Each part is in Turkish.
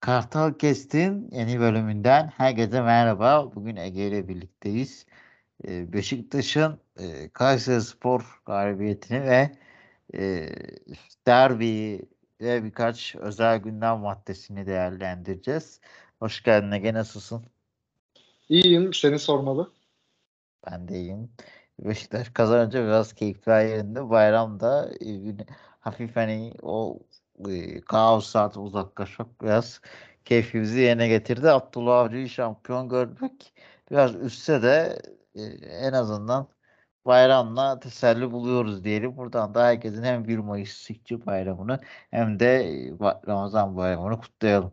Kartal Kest'in yeni bölümünden herkese merhaba. Bugün Ege ile birlikteyiz. Beşiktaş'ın Kayserispor galibiyetini ve e, derbiyi ve birkaç özel gündem maddesini değerlendireceğiz. Hoş geldin Ege, nasılsın? İyiyim, seni sormalı. Ben de iyiyim. Beşiktaş kazanınca biraz keyifler yerinde. Bayramda hafif hani o kaostan uzaklaşmak biraz keyfimizi yerine getirdi. Abdullah Avcı'yı şampiyon görmek biraz üstse de en azından bayramla teselli buluyoruz diyelim. Buradan da herkesin hem 1 Mayıs İstiklal Bayramı'nı hem de Ramazan Bayramı'nı kutlayalım.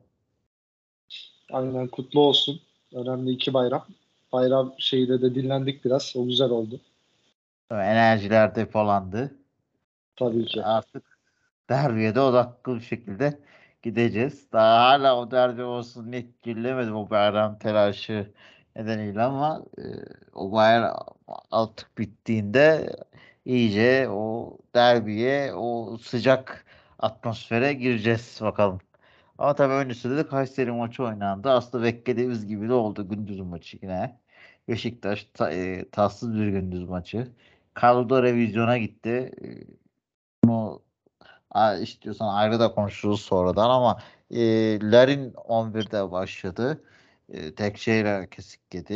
Aynen kutlu olsun. Önemli iki bayram. Bayram şeyde de dinlendik biraz. O güzel oldu. Enerjiler depolandı. Tabii ki. Artık derbiye de odaklı bir şekilde gideceğiz. Daha hala o derbi olsun net girilemedim o bayram telaşı nedeniyle ama o bayram artık bittiğinde iyice o derbiye, o sıcak atmosfere gireceğiz bakalım. Ama tabii öncesinde de Kayseri maçı oynandı. Aslında beklediğimiz gibi de oldu, gündüz maçı yine. Beşiktaş tatsız bir gündüz maçı. Kadro revizyona gitti. Bunu istiyorsan ayrı da konuşuruz sonradan ama Larin 11'de başladı. Tekşehir'e kesik yedi.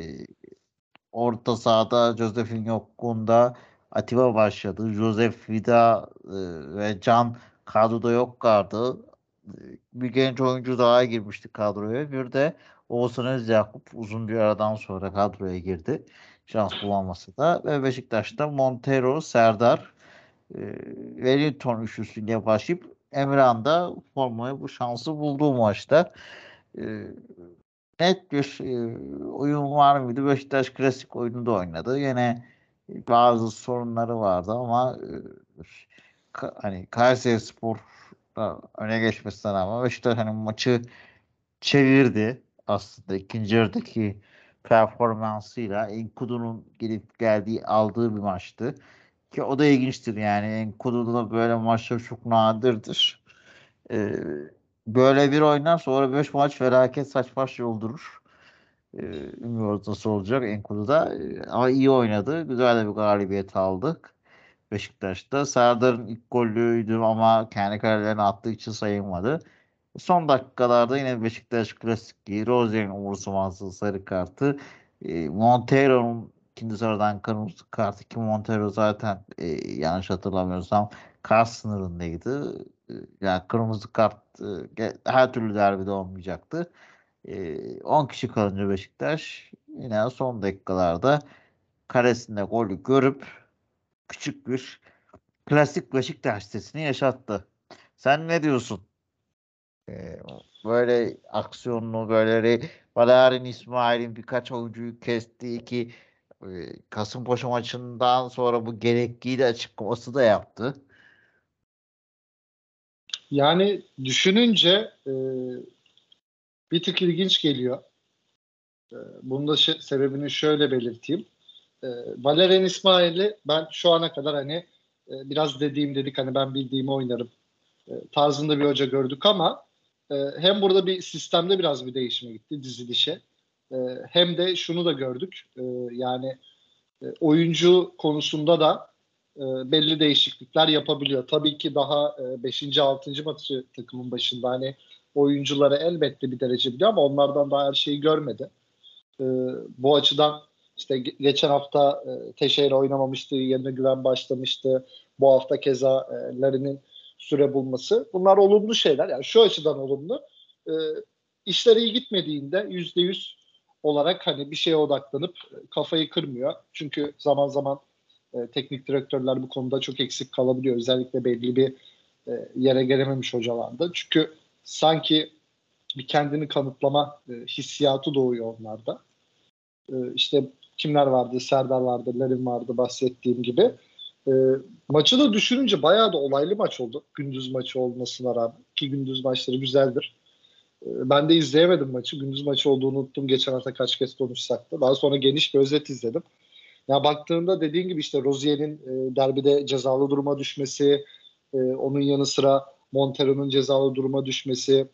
Orta sahada Josef'in yokluğunda Atiba başladı. Josef Vida ve Can kadroda yoklardı. Bir genç oyuncu daha girmişti kadroya. Bir de Oğuzhan Özyakup uzun bir aradan sonra kadroya girdi. Şans bulamaması da. Ve Beşiktaş'ta Montero, Serdar, Wellington üçlüsüyle başlayıp Emirhan da formayı bu şansı bulduğu maçta. E, Net bir oyun var mıydı? Beşiktaş klasik oyunu da oynadı. Yine bazı sorunları vardı ama hani Kayserispor öne geçmesine rağmen Beşiktaş hani maçı çevirdi. Aslında ikinci yarıdaki performansıyla Enkudu'nun gelip geldiği aldığı bir maçtı. Ki o da ilginçtir yani. Enkudu'da da böyle maçlar çok nadirdir. Ee, Böyle bir oynar sonra 5 maç felaket saç baş yoldurur. Bilmiyoruz nasıl olacak Enkudu'da. Ama iyi oynadı. Güzel de bir galibiyet aldık. Beşiktaş'ta. Serdar'ın ilk golüydü ama kendi kalelerini attığı için sayılmadı. Son dakikalarda yine Beşiktaş klasikliği, Rozier'in umursamazlığı sarı kartı, Montero'nun ikinci sıradan kırmızı kartı ki Montero zaten yanlış hatırlamıyorsam kart sınırındaydı. Yani kırmızı kart her türlü derbide olmayacaktı. 10 kişi kalınca Beşiktaş yine son dakikalarda kalesinde golü görüp küçük bir klasik Beşiktaş sitesini yaşattı. Sen ne diyorsun? Ee, Böyle aksiyonlu böyle Valerian İsmail'in birkaç oyuncuyu kestiği ki Kasımpaşa maçından sonra bu gerekliği de açıklaması da yaptı. Yani düşününce bir tık ilginç geliyor. Bunun da sebebini şöyle belirteyim. Valerian İsmail'i ben şu ana kadar hani biraz dediğim dedik hani ben bildiğimi oynarım tarzında bir hoca gördük ama hem burada bir sistemde biraz bir değişime gitti dizilişe. Hem de şunu da gördük. Yani oyuncu konusunda da belli değişiklikler yapabiliyor. Tabii ki daha 5. 6. maçı takımın başında hani oyuncuları elbette bir derece biliyor ama onlardan daha her şeyi görmedi. E, Bu açıdan işte geçen hafta Teixeira oynamamıştı, yerine Güven başlamıştı. Bu hafta keza Larin'in süre bulması. Bunlar olumlu şeyler. Yani şu açıdan olumlu. E, işler iyi gitmediğinde %100 olarak hani bir şeye odaklanıp kafayı kırmıyor. Çünkü zaman zaman teknik direktörler bu konuda çok eksik kalabiliyor. Özellikle belli bir yere gelememiş hocalarda. Çünkü sanki bir kendini kanıtlama hissiyatı doğuyor onlarda. İşte kimler vardı? Serdar vardı, Larin vardı bahsettiğim gibi. E, Maçı da düşününce bayağı da olaylı maç oldu. Gündüz maçı olmasına rağmen. Ki gündüz maçları güzeldir. Ben de izleyemedim maçı. Gündüz maçı olduğunu unuttum. Geçen hafta kaç kez konuşsak da. Daha sonra geniş bir özet izledim. Ya baktığında dediğin gibi işte Rozier'in derbide cezalı duruma düşmesi, onun yanı sıra Montero'nun cezalı duruma düşmesi,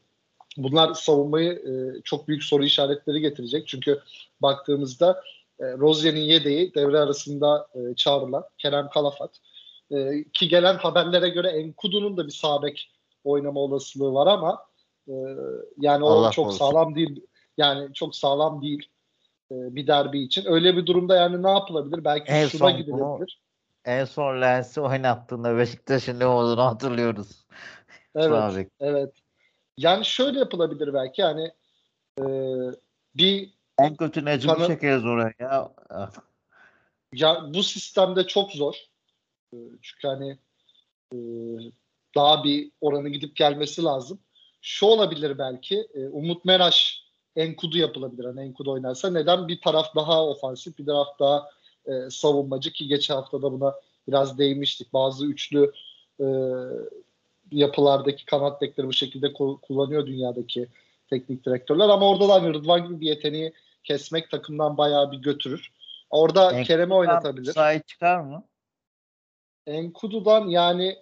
Bunlar savunmayı çok büyük soru işaretleri getirecek. Çünkü baktığımızda Rozier'in yedeği devre arasında çağrılan Kerem Kalafat. Ki gelen haberlere göre Enkudu'nun da bir sağ bek oynama olasılığı var ama e, yani o Allah çok korusun. sağlam değil. Yani çok sağlam değil bir derbi için. Öyle bir durumda yani ne yapılabilir? Belki En şuna son bunu gidilebilir. en son Lens'i oynattığında Beşiktaş'ın ne olduğunu hatırlıyoruz. Evet, Sağ bek. evet. Yani şöyle yapılabilir belki yani e, bir En kötü Necip'i kanı çekeriz oraya ya. Ah, ya bu sistemde çok zor. Çünkü hani e, daha bir oranı gidip gelmesi lazım. Şu olabilir belki Umut Meraş Enkudu yapılabilir. Hani Enkudu oynarsa neden bir taraf daha ofansif bir taraf daha savunmacı ki geçen hafta da buna biraz değinmiştik. Bazı üçlü e, yapılardaki kanat bekleri bu şekilde kullanıyor dünyadaki teknik direktörler ama orada da hani Rıdvan gibi bir yeteneği kesmek takımdan bayağı bir götürür. Orada Kerem'i Enkudu'dan oynatabilir. sahip çıkar mı? Enkudu'dan yani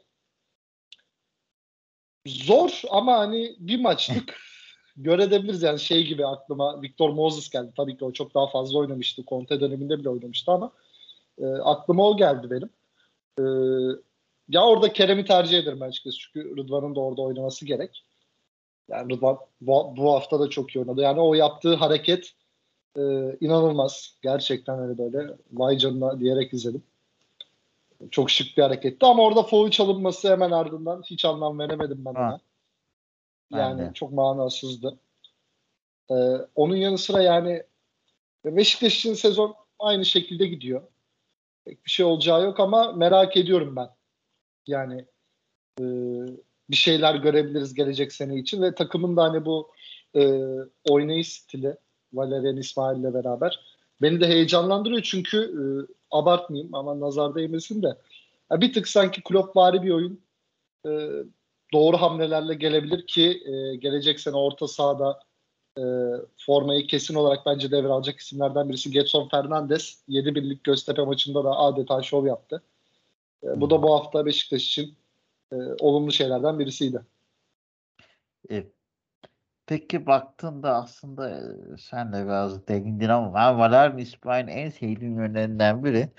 zor ama hani bir maçlık görebiliriz yani şey gibi aklıma Victor Moses geldi. Tabii ki o çok daha fazla oynamıştı. Conte döneminde bile oynamıştı ama aklıma o geldi benim. E, ya orada Kerem'i tercih ederim açıkçası. Çünkü Rıdvan'ın da orada oynaması gerek. Yani Rıdvan bu hafta da çok iyi oynadı. Yani o yaptığı hareket e, inanılmaz. Gerçekten hani böyle vay canına diyerek izledim. Çok şık bir hareketti ama orada foul çalınması hemen ardından hiç anlam veremedim ben Ha, ona. ben Yani de. çok manasızdı. Ee, onun yanı sıra yani Beşiktaş için sezon aynı şekilde gidiyor. Pek bir şey olacağı yok ama merak ediyorum ben. Yani e, bir şeyler görebiliriz gelecek sene için ve takımın da hani bu e, oynayış stili Valerian İsmail'le beraber beni de heyecanlandırıyor çünkü abartmayayım ama nazar değmesin de ya bir tık sanki Kloppvari bir oyun e, doğru hamlelerle gelebilir ki gelecek sene orta sahada e, formayı kesin olarak bence devralacak isimlerden birisi Gedson Fernandes. 7-1'lik Göztepe maçında da adeta şov yaptı. Hı Bu da hı. bu hafta Beşiktaş için olumlu şeylerden birisiydi. E, peki baktığında aslında sen de biraz değindin ama ben Valerian İsmail'in en sevdiğim yönlerinden biri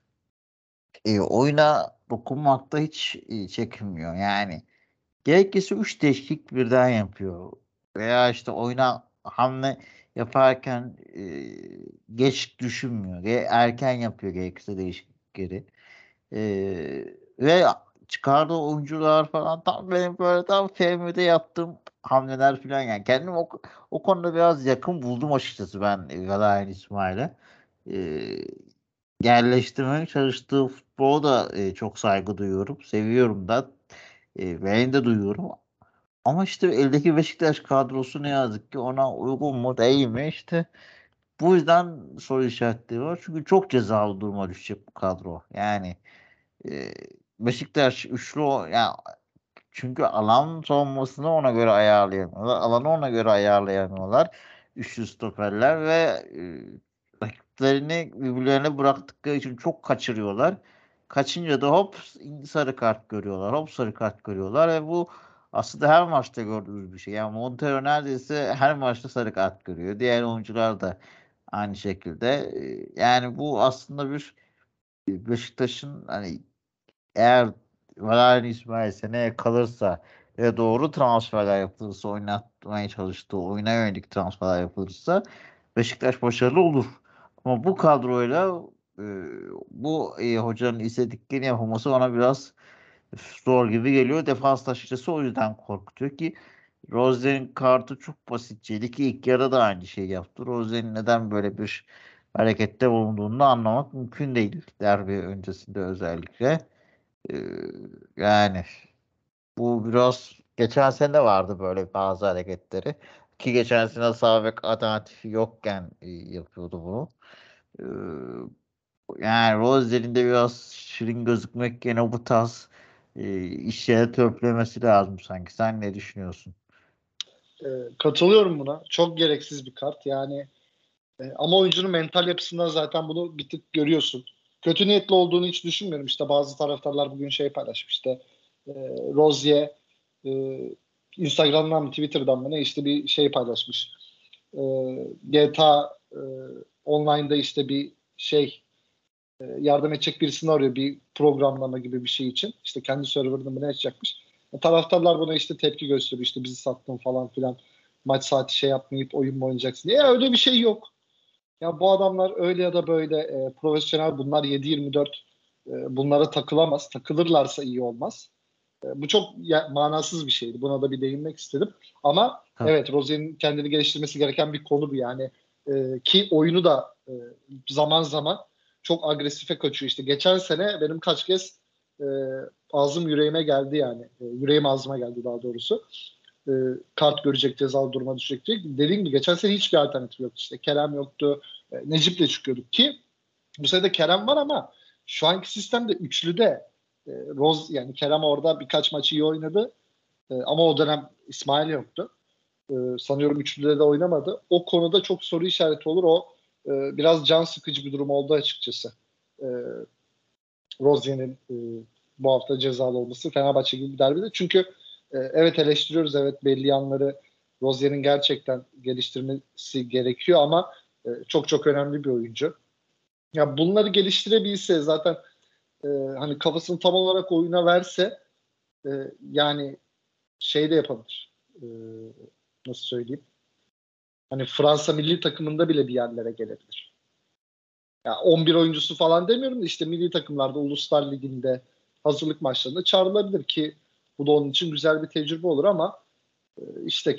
oyuna dokunmakta hiç çekinmiyor. Yani gerekirse 3 değişiklik birden yapıyor. Veya işte oyuna hamle yaparken geç düşünmüyor. Erken yapıyor gerekirse değişiklikleri. Ve çıkardığı oyuncular falan tam benim böyle tam FM'de yaptığım hamleler falan yani. Kendimi o konuda biraz yakın buldum açıkçası ben Galatasaray'ın İsmail'e. Ee, yerleştirmeye çalıştığı futbolu da çok saygı duyuyorum. Seviyorum da. Beğeni de duyuyorum. Ama işte eldeki Beşiktaş kadrosu ne yazık ki ona uygun mu değil mi işte bu yüzden soru işaretleri var. Çünkü çok cezalı duruma düşecek bu kadro. Yani e, Beşiktaş yani çünkü alan savunmasını ona göre ayarlayamıyorlar. Alanı ona göre ayarlayamıyorlar. Üçlü stoperler ve rakiplerini birbirlerine bıraktıkları için çok kaçırıyorlar. Kaçınca da hop sarı kart görüyorlar. Hop sarı kart görüyorlar ve bu aslında her maçta gördüğümüz bir şey. Yani Montero neredeyse her maçta sarı kart görüyor. Diğer oyuncular da aynı şekilde. Yani bu aslında bir Beşiktaş'ın hani eğer Valerian İsmail seneye kalırsa ve doğru transferler yapılırsa oynatmaya çalıştığı oyuna yönelik transferler yapılırsa Beşiktaş başarılı olur. Ama bu kadroyla e, bu hocanın istediklerini yapılması bana biraz zor gibi geliyor. Defans açıkçası o yüzden korkutuyor ki Rozier'in kartı çok basitçeydi ki ilk yarıda da aynı şeyi yaptı. Rozier'in neden böyle bir harekette bulunduğunu anlamak mümkün değil. Derbi öncesinde özellikle. Ee, yani bu biraz geçen sene de vardı böyle bazı hareketleri. Ki geçen sene sağ bek alternatifi yokken yapıyordu bunu. Ee, yani Rozier'in de biraz şirin gözükmek yerine bu tarz işlere törpülemesi lazım sanki. Sen ne düşünüyorsun? Katılıyorum buna. Çok gereksiz bir kart. Yani ama oyuncunun mental yapısından zaten bunu bir tık görüyorsun. Kötü niyetli olduğunu hiç düşünmüyorum. İşte bazı taraftarlar bugün şey paylaşmış işte e, Rozier e, Instagram'dan mı Twitter'dan mı ne işte bir şey paylaşmış. GTA Online'da işte bir şey yardım edecek birisini arıyor bir programlama gibi bir şey için. İşte kendi serverını mı ne açacakmış. Taraftarlar buna işte tepki gösteriyor. İşte bizi sattın falan filan. Maç saati şey yapmayıp oyun mu oynayacaksın diye. Ya öyle bir şey yok. Ya bu adamlar öyle ya da böyle profesyonel bunlar 7-24 bunlara takılamaz. Takılırlarsa iyi olmaz. Bu çok manasız bir şeydi. Buna da bir değinmek istedim. Ama Tabii. evet Rozier'in kendini geliştirmesi gereken bir konu bu yani. Ki oyunu da zaman zaman çok agresife kaçıyor. İşte geçen sene benim kaç kez e, ağzım yüreğime geldi yani. Yüreğim ağzıma geldi daha doğrusu. E, Kart görecek, ceza duruma düşecek diye. Dediğim gibi geçen sene hiçbir alternatif yoktu. İşte Kerem yoktu. Necip'le çıkıyorduk ki bu sene de Kerem var ama şu anki sistemde üçlüde yani Kerem orada birkaç maçı iyi oynadı. Ama o dönem İsmail yoktu. Sanıyorum üçlüde de oynamadı. O konuda çok soru işareti olur. O biraz can sıkıcı bir durum oldu açıkçası. E, Rozier'in bu hafta cezalı olması Fenerbahçe gibi bir derbide. Çünkü evet eleştiriyoruz. Evet belli yanları Rozier'in gerçekten geliştirmesi gerekiyor ama çok çok önemli bir oyuncu. Ya bunları geliştirebilse zaten hani kafasını tam olarak oyuna verse e, yani şey de yapabilir. Nasıl söyleyeyim? Hani Fransa milli takımında bile bir yerlere gelebilir. Ya 11 oyuncusu falan demiyorum da işte milli takımlarda Uluslar Ligi'nde hazırlık maçlarında çağrılabilir ki bu da onun için güzel bir tecrübe olur ama işte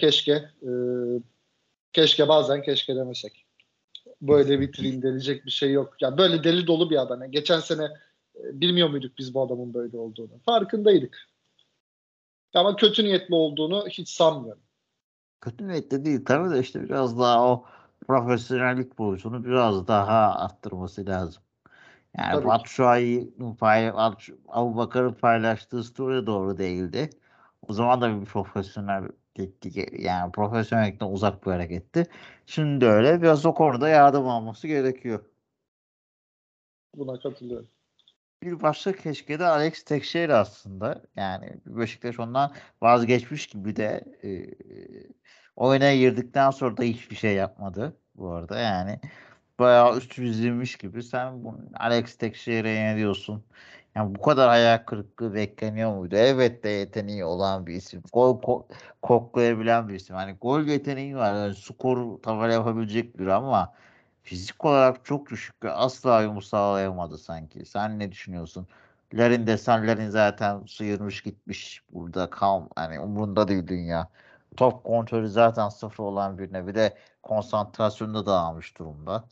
keşke bazen keşke demesek. Böyle Kesinlikle. vitrine delecek bir şey yok. Ya böyle deli dolu bir adam. Yani geçen sene bilmiyor muyduk biz bu adamın böyle olduğunu? Farkındaydık. Ama kötü niyetli olduğunu hiç sanmıyorum. Kötü niyetli değil tabii de işte biraz daha o profesyonellik boyutunu biraz daha arttırması lazım. Yani Tabii ki. Batshuayi'nin Abubakar'ın paylaştığı story doğru değildi. O zaman da bir profesyonel yani profesyonellikten uzak bir hareketti. Şimdi de öyle. Biraz o konuda yardım alması gerekiyor. Buna katılıyorum. Bir başka keşke de Alex Teixeira aslında. Yani Beşiktaş ondan vazgeçmiş gibi de oyuna girdikten sonra da hiçbir şey yapmadı bu arada. Yani bayağı üst çizilmiş gibi. Sen bu Alex Teixeira'ya ne diyorsun? Yani bu kadar hayal kırıklığı bekleniyor muydu? Evet de yeteneği olan bir isim. Koklayabilen bir isim. Hani gol yeteneği var. Yani skor tavan yapabilecek biri ama fizik olarak çok düşük ve asla uyum sağlayamadı sanki. Sen ne düşünüyorsun? Larin zaten sıyırmış gitmiş burada hani umurunda değil dünya. Top kontrolü zaten sıfır olan birine bir de konsantrasyonu da dağılmış durumda.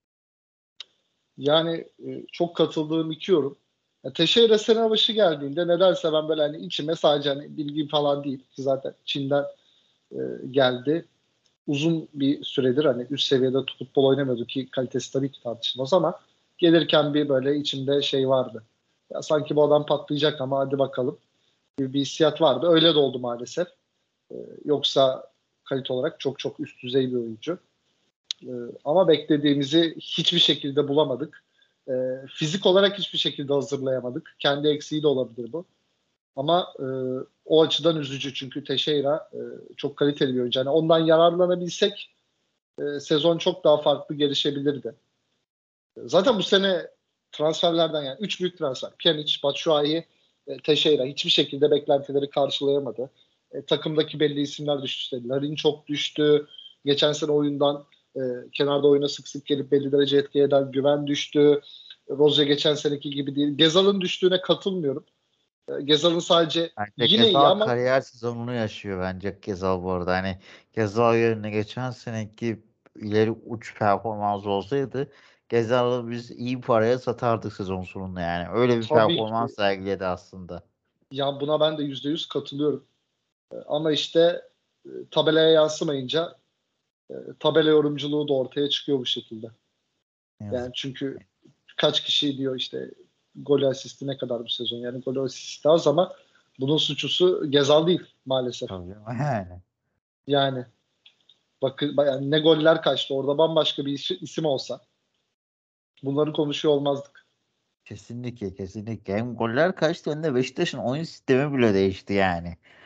Yani çok katıldığım iki yorum. Ya, Teixeira sene başı geldiğinde nedense ben böyle hani içime sadece hani bilgi falan değil ki zaten Çin'den e, geldi. Uzun bir süredir hani üst seviyede futbol oynamıyordu ki kalitesi tabii ki tartışılmaz ama gelirken bir böyle içimde şey vardı. Ya sanki bu adam patlayacak ama hadi bakalım gibi bir hissiyat vardı. Öyle de oldu maalesef. E, Yoksa kalite olarak çok çok üst düzey bir oyuncu. Ee, Ama beklediğimizi hiçbir şekilde bulamadık. Fizik olarak hiçbir şekilde hazırlayamadık. Kendi eksiği de olabilir bu. Ama o açıdan üzücü çünkü Teixeira çok kaliteli bir oyuncu. Yani ondan yararlanabilsek sezon çok daha farklı gelişebilirdi. Zaten bu sene transferlerden yani 3 büyük transfer. Pjanic, Batshuayi, Teixeira hiçbir şekilde beklentileri karşılayamadı. Takımdaki belli isimler düştü. İşte Larin çok düştü. Geçen sene oyundan kenarda oyuna sık sık gelip belli derece etki eden Güven düştü. Rozier geçen seneki gibi değil. Gezal'ın düştüğüne katılmıyorum. Gezal'ın sadece Bence yine iyi Gezal ama kariyer sezonunu yaşıyor bence Gezal bu arada. Hani Gezal yerine geçen seneki ileri uç performans olsaydı Gezal'ı biz iyi paraya satardık sezon sonunda yani. Öyle bir tabii performans ki sergiledi aslında. ya buna ben de %100 katılıyorum. Ama işte tabelaya yansımayınca tabela yorumculuğu da ortaya çıkıyor bu şekilde. Ne Yani yazık. çünkü kaç kişi diyor işte gol asisti ne kadar bu sezon. Yani gol asisti az ama bunun suçlusu Gezal değil maalesef. Tabii yani. Yani bakın yani ne goller kaçtı. Orada bambaşka bir isim olsa bunları konuşuyor olmazdık. Kesinlikle kesinlikle. Hem goller kaçtı hem de Beşiktaş'ın oyun sistemi bile değişti yani.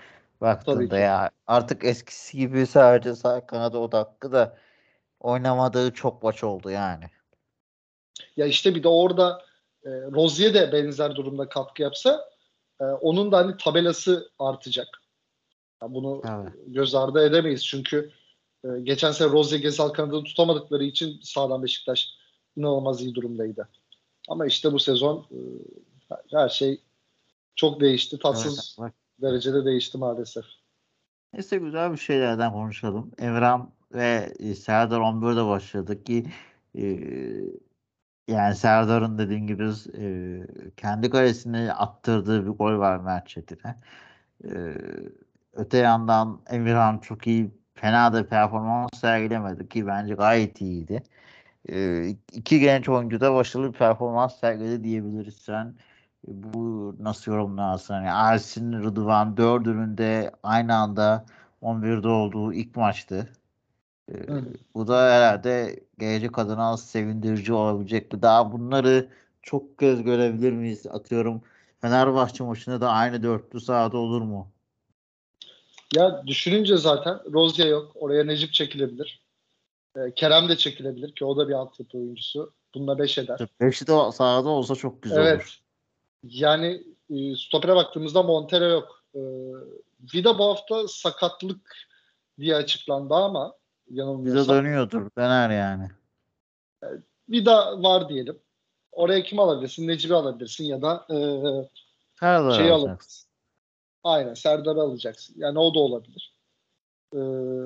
Tabii Baktığında ki. ya artık eskisi gibi sadece sağ kanada odaklı da oynamadığı çok maç oldu yani. Ya işte bir de orada Rozier de benzer durumda katkı yapsa onun da hani tabelası artacak. Ya bunu Evet. göz ardı edemeyiz. Çünkü geçen sene Rozier Gezal kanadını tutamadıkları için sağdan Beşiktaş inanılmaz iyi durumdaydı. Ama işte bu sezon her şey çok değişti. Evet. Tatsız Bak. derecede değişti maalesef. Neyse güzel bir şeylerden konuşalım. Emrah ve Serdar 11'de başladı ki e, yani Serdar'ın dediğin gibi kendi kalesine attırdığı bir gol var Mert Çetin'e. E, Öte yandan Emirhan çok iyi fena da performans sergilemedi ki bence gayet iyiydi. İki genç oyuncu da başarılı bir performans sergiledi diyebiliriz. Sen bu nasıl yorumlarsın? Yani Ersin, Rıdvan dördünün de aynı anda 11'de olduğu ilk maçtı. Ee, Hı hı. Bu da herhalde gelecek adına sevindirici olabilecek. Daha bunları çok kez görebilir miyiz? Atıyorum Fenerbahçe maçında da aynı dörtlü sahada olur mu? Ya düşününce zaten Rozier yok. Oraya Necip çekilebilir. Kerem de çekilebilir ki o da bir altyapı oyuncusu. Bununla 5 eder. Beşi de sahada olsa çok güzel olur. Evet. Yani stopere baktığımızda Montero yok. Vida bu hafta sakatlık diye açıklandı ama Bize yanılmıyorsam. dönüyordur. Döner yani. Vida var diyelim. Oraya kimi alabilirsin? Necip'i alabilirsin ya da Karar şeyi alacaksın. alabilirsin. Aynen Serdar'ı alacaksın. Yani o da olabilir. E,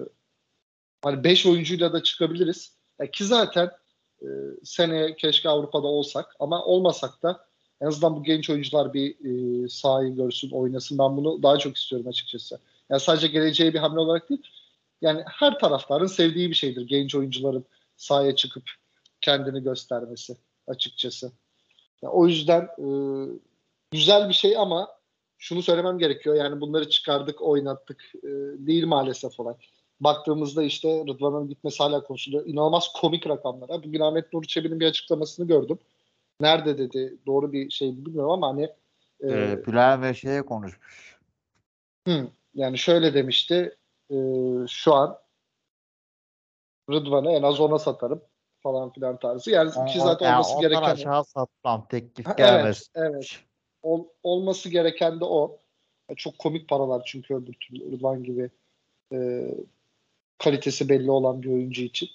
Hani 5 oyuncuyla da çıkabiliriz. Ki zaten e, seneye keşke Avrupa'da olsak ama olmasak da en azından bu genç oyuncular bir sahayı görsün, oynasın. Ben bunu daha çok istiyorum açıkçası. Yani sadece geleceğe bir hamle olarak değil, yani her taraftarın sevdiği bir şeydir genç oyuncuların sahaya çıkıp kendini göstermesi açıkçası. Yani o yüzden güzel bir şey ama şunu söylemem gerekiyor. Yani bunları çıkardık, oynattık değil maalesef olay. Baktığımızda işte Rıdvan'ın gitmesi hala konuşuluyor. İnanılmaz komik rakamlar. Bugün Ahmet Nur Çebi'nin bir açıklamasını gördüm. Nerede dedi, doğru bir şey bilmiyorum ama hani Bilal ve şeye konuşmuş. yani şöyle demişti. E, Şu an Rıdvan'ı en az ona satarım falan filan tarzı. Yani ki zaten Yani olması ondan gereken o. aşağı satmam. Teklif Evet, gelmez. evet. Olması gereken de o. Çok komik paralar çünkü öbür türlü Rıdvan gibi e, kalitesi belli olan bir oyuncu için.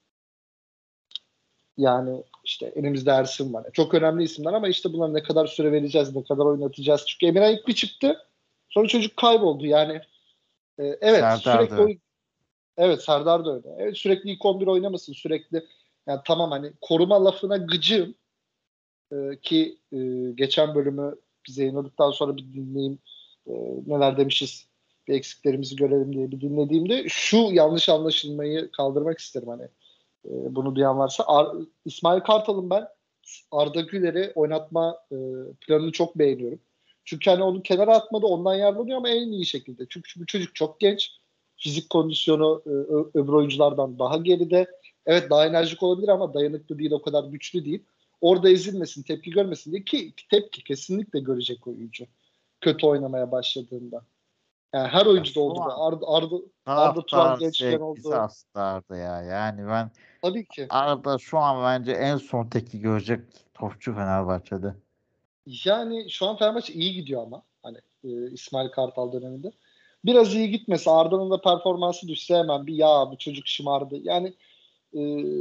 Yani işte elimizde Ersin var. Çok önemli isimler ama işte buna ne kadar süre vereceğiz, ne kadar oynatacağız. Çünkü Emirhan ilk bir çıktı. Sonra çocuk kayboldu. Yani evet Serdar sürekli da. oyun. Evet Serdar da öyle. Evet sürekli ilk 11 oynamasın. Sürekli yani tamam hani koruma lafına gıcığım. Ki geçen bölümü biz yayınladıktan sonra bir dinleyeyim e, neler demişiz bir eksiklerimizi görelim diye bir dinlediğimde şu yanlış anlaşılmayı kaldırmak isterim hani bunu duyan varsa İsmail Kartal'ın ben Arda Güler'i oynatma planını çok beğeniyorum. Çünkü hani onu kenara atmadı ondan yararlanıyor ama en iyi şekilde. Çünkü bu çocuk çok genç. Fizik kondisyonu öbür oyunculardan daha geride. Evet daha enerjik olabilir ama dayanıklı değil o kadar güçlü değil. Orada ezilmesin, tepki görmesin diye ki tepki kesinlikle görecek oyuncu. Kötü oynamaya başladığında. Yani her Ya oyuncuda şu oldu bu. an Arda Turan taraftar gençken sevgisi oldu. aslında ya. Yani ben Tabii ki. Arda şu an bence en son tepki görecek topçu Fenerbahçe'de. Yani şu an Fenerbahçe iyi gidiyor ama hani İsmail Kartal döneminde. Biraz iyi gitmese Arda'nın da performansı düşse hemen bir ya bu çocuk şımardı. Yani e,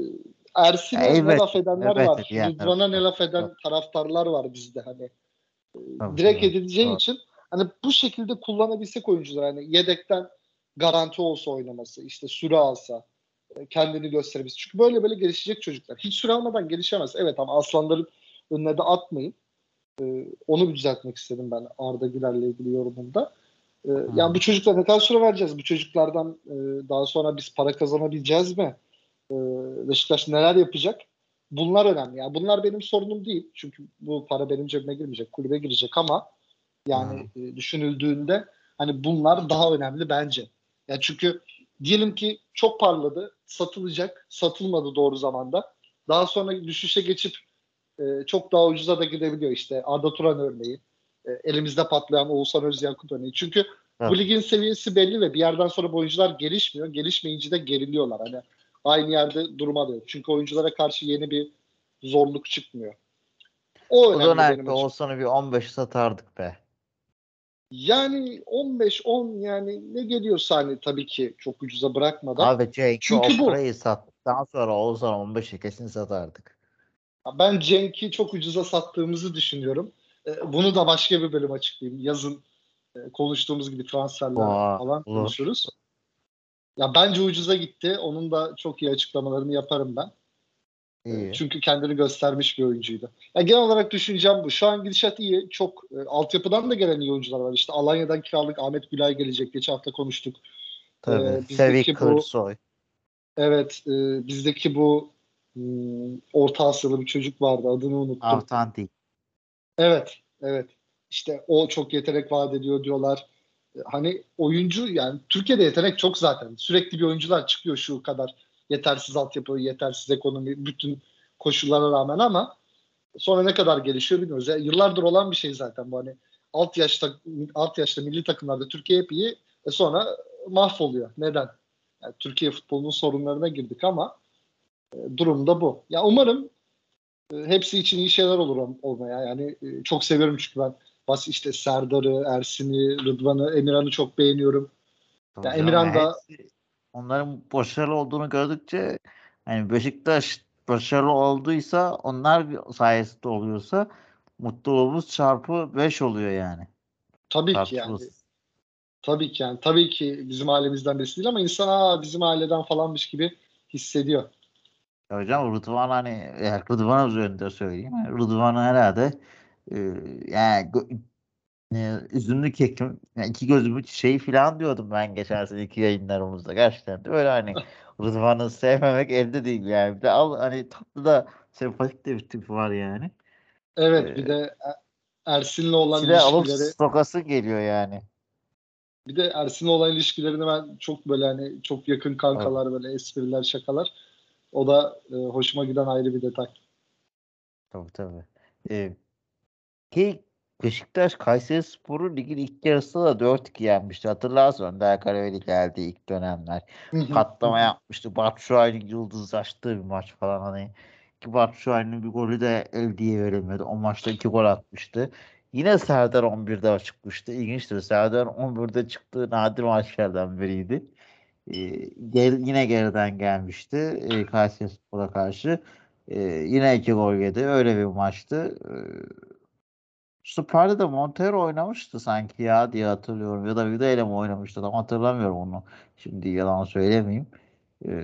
Ya Ersin'e ne evet, laf edenler evet var. diyenler Rıdvan'a ne var. laf Tabii eden taraftarlar var bizde hani. tabii. Direkt Tabii. edileceği Doğru. için hani bu şekilde kullanabilsek oyuncular hani yedekten garanti olsa oynaması işte süre alsa kendini gösterebilse. Çünkü böyle böyle gelişecek çocuklar. Hiç süre almadan gelişemez. Evet ama aslanların önüne de atmayın. Onu bir düzeltmek istedim ben Arda Güler'le ilgili yorumumda. Yani Hı. bu çocuklara ne kadar süre vereceğiz? Bu çocuklardan daha sonra biz para kazanabileceğiz mi? E, Beşiktaş neler yapacak? Bunlar önemli. Yani bunlar benim sorunum değil. Çünkü bu para benim cebime girmeyecek, kulübe girecek ama yani Hı. düşünüldüğünde hani bunlar daha önemli bence. Ya çünkü diyelim ki çok parladı, satılacak, satılmadı doğru zamanda. Daha sonra düşüşe geçip çok daha ucuza da gidebiliyor işte Arda Turan örneği. Elimizde patlayan Oğuzhan Özyakut örneği. Çünkü bu Evet. ligin seviyesi belli ve bir yerden sonra bu oyuncular gelişmiyor. Gelişmeyince de geriliyorlar. Hani aynı yerde durma. Çünkü oyunculara karşı yeni bir zorluk çıkmıyor. O O önemli benim dönemde açım. olsanı bir 15 satardık be. Yani 15-10 yani ne geliyorsa hani tabii ki çok ucuza bırakmadan. Abi Cenk'i Çünkü o bu. parayı sattıktan sonra Oğuzhan 15'e kesin satardık. Ben Cenk'i çok ucuza sattığımızı düşünüyorum. Bunu da başka bir bölüm açıklayayım. Yazın konuştuğumuz gibi transferler Oha, falan olur. konuşuruz. Ya bence ucuza gitti. Onun da çok iyi açıklamalarını yaparım ben. İyi. Çünkü kendini göstermiş bir oyuncuydu. Ya genel olarak düşüncem bu. Şu an gidişat iyi. Çok altyapıdan da gelen iyi oyuncular var. İşte Alanya'dan kiralık Ahmet Gülay gelecek. Geçen hafta konuştuk. Tabii. Sevik Bizdeki bu Kılıçsoy. evet bizdeki bu Orta Asyalı bir çocuk vardı. Adını unuttum. Avtanti. Evet, evet. İşte o çok yetenek vaat ediyor diyorlar. Hani oyuncu yani Türkiye'de yetenek çok zaten. Sürekli bir oyuncular çıkıyor şu kadar. Yetersiz altyapı, yetersiz ekonomi, bütün koşullara rağmen ama sonra ne kadar gelişiyor bilmiyoruz. Yani yıllardır olan bir şey zaten bu hani alt yaşta milli takımlarda Türkiye hep iyi sonra mahvoluyor. Neden? Yani Türkiye futbolunun sorunlarına girdik ama durum da bu. Ya umarım hepsi için iyi şeyler olur olmaya. Yani çok seviyorum çünkü ben işte Serdar'ı, Ersin'i, Rıdvan'ı, Emirhan'ı çok beğeniyorum. Tabii Ya canım ya, Emirhan da hepsi onların başarılı olduğunu gördükçe, hani Beşiktaş başarılı olduysa, onlar sayesinde oluyorsa, mutluluğumuz çarpı 5 oluyor yani. tabii ki yani Tartışmasız. tabii ki bizim ailemizden birisi değil ama insan bizim aileden falanmış gibi hissediyor. Ya hocam Rıdvan, hani Rıdvan üzerinde söyleyeyim. Yani Rıdvan'ı herhalde e, yani üzümlü kekim, yani iki gözümü şey falan diyordum ben geçen seneki yayınlarımızda. Gerçekten de öyle, hani Rıdvan'ı sevmemek elde değil yani. Bir de al, hani tatlı da sempatik de bir tip var yani. Evet bir E, de Ersin'le olan içine alıp ilişkileri stokası geliyor yani. bir de Ersin'le olan ilişkilerini ben çok böyle hani çok yakın Tabii, kankalar böyle espriler şakalar. O da hoşuma giden ayrı bir detay. tabii, tabii. E, ki Beşiktaş Kayserispor'u ligin ilk yarısında da 4-2 yenmişti. Hatırlarsın, Önder Karaveli geldi ilk dönemler. Hı hı, hı Patlama hı. yapmıştı. Batshuayi'nin yıldızlaştığı bir maç falan hani. Ki Batshuayi'nin bir golü de el diye verilmedi. O maçta 2 gol atmıştı. Yine Serdar 11'de çıkmıştı. İlginçtir. Serdar 11'de çıktığı nadir maçlardan biriydi. Yine geriden gelmişti Kayserispor'a karşı. Yine 2 gol yedi. Öyle bir maçtı. Süper'de de Montero oynamıştı sanki ya diye hatırlıyorum. Ya da Vida ile mi oynamıştı, tam hatırlamıyorum onu. Şimdi yalan söylemeyeyim. Ee,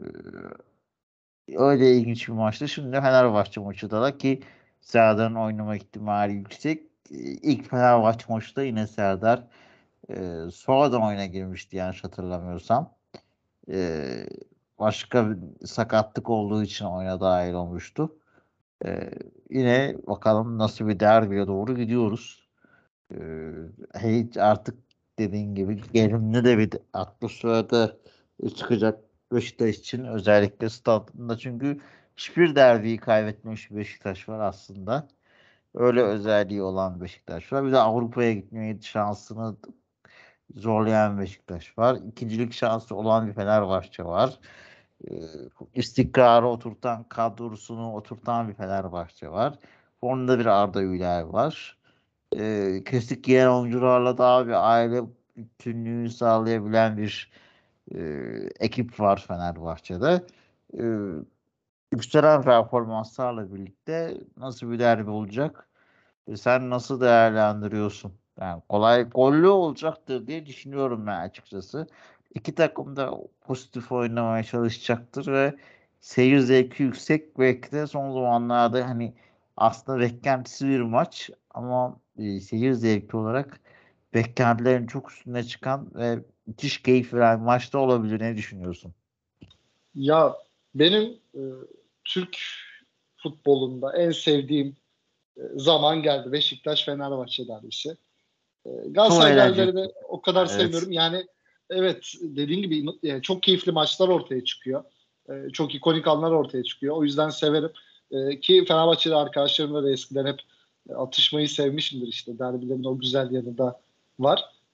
öyle ilginç bir maçtı. Şimdi Fenerbahçe maçı da ki Serdar'ın oynama ihtimali yüksek. İlk Fenerbahçe maçı da yine Serdar sonradan oyuna girmişti yanlış hatırlamıyorsam. Ee, başka bir sakatlık olduğu için oyuna dahil olmuştu. Ee, yine bakalım nasıl bir derbiye doğru gidiyoruz. Hiç artık dediğin gibi gerilimli de bir atmosferde çıkacak Beşiktaş için, özellikle stadında, çünkü hiçbir derbiyi kaybetmemiş bir Beşiktaş var aslında. Öyle özelliği olan Beşiktaş var. Bir de Avrupa'ya gitmeye şansını zorlayan Beşiktaş var. İkincilik şansı olan bir Fenerbahçe var. Ee, istikrarı oturtan, kadrosunu oturtan bir Fenerbahçe var. Formda bir Arda Güler var. Kesik giyen oyuncularla daha bir aile bütünlüğü sağlayabilen bir e, ekip var Fenerbahçe'de. E, yükselen performanslarla birlikte nasıl bir derbi olacak? Sen nasıl değerlendiriyorsun? Yani kolay gollü olacaktır diye düşünüyorum ben açıkçası. İki takım da pozitif oynamaya çalışacaktır ve seyir zevki yüksek, belki de son zamanlarda hani aslında beklentisi bir maç ama seyir zevki olarak beklentilerin çok üstüne çıkan ve müthiş keyif veren maçta olabilir. Ne düşünüyorsun? Ya benim Türk futbolunda en sevdiğim zaman geldi. Beşiktaş-Fenerbahçe derbisi. Çok Galatasaray eğlenceli. derbilerini o kadar Evet. sevmiyorum. Yani evet dediğin gibi çok keyifli maçlar ortaya çıkıyor. Çok ikonik anlar ortaya çıkıyor. O yüzden severim. Ki Fenerbahçeli arkadaşlarımla da eskiden hep atışmayı sevmişimdir işte. Derbilerin o güzel yanı da var.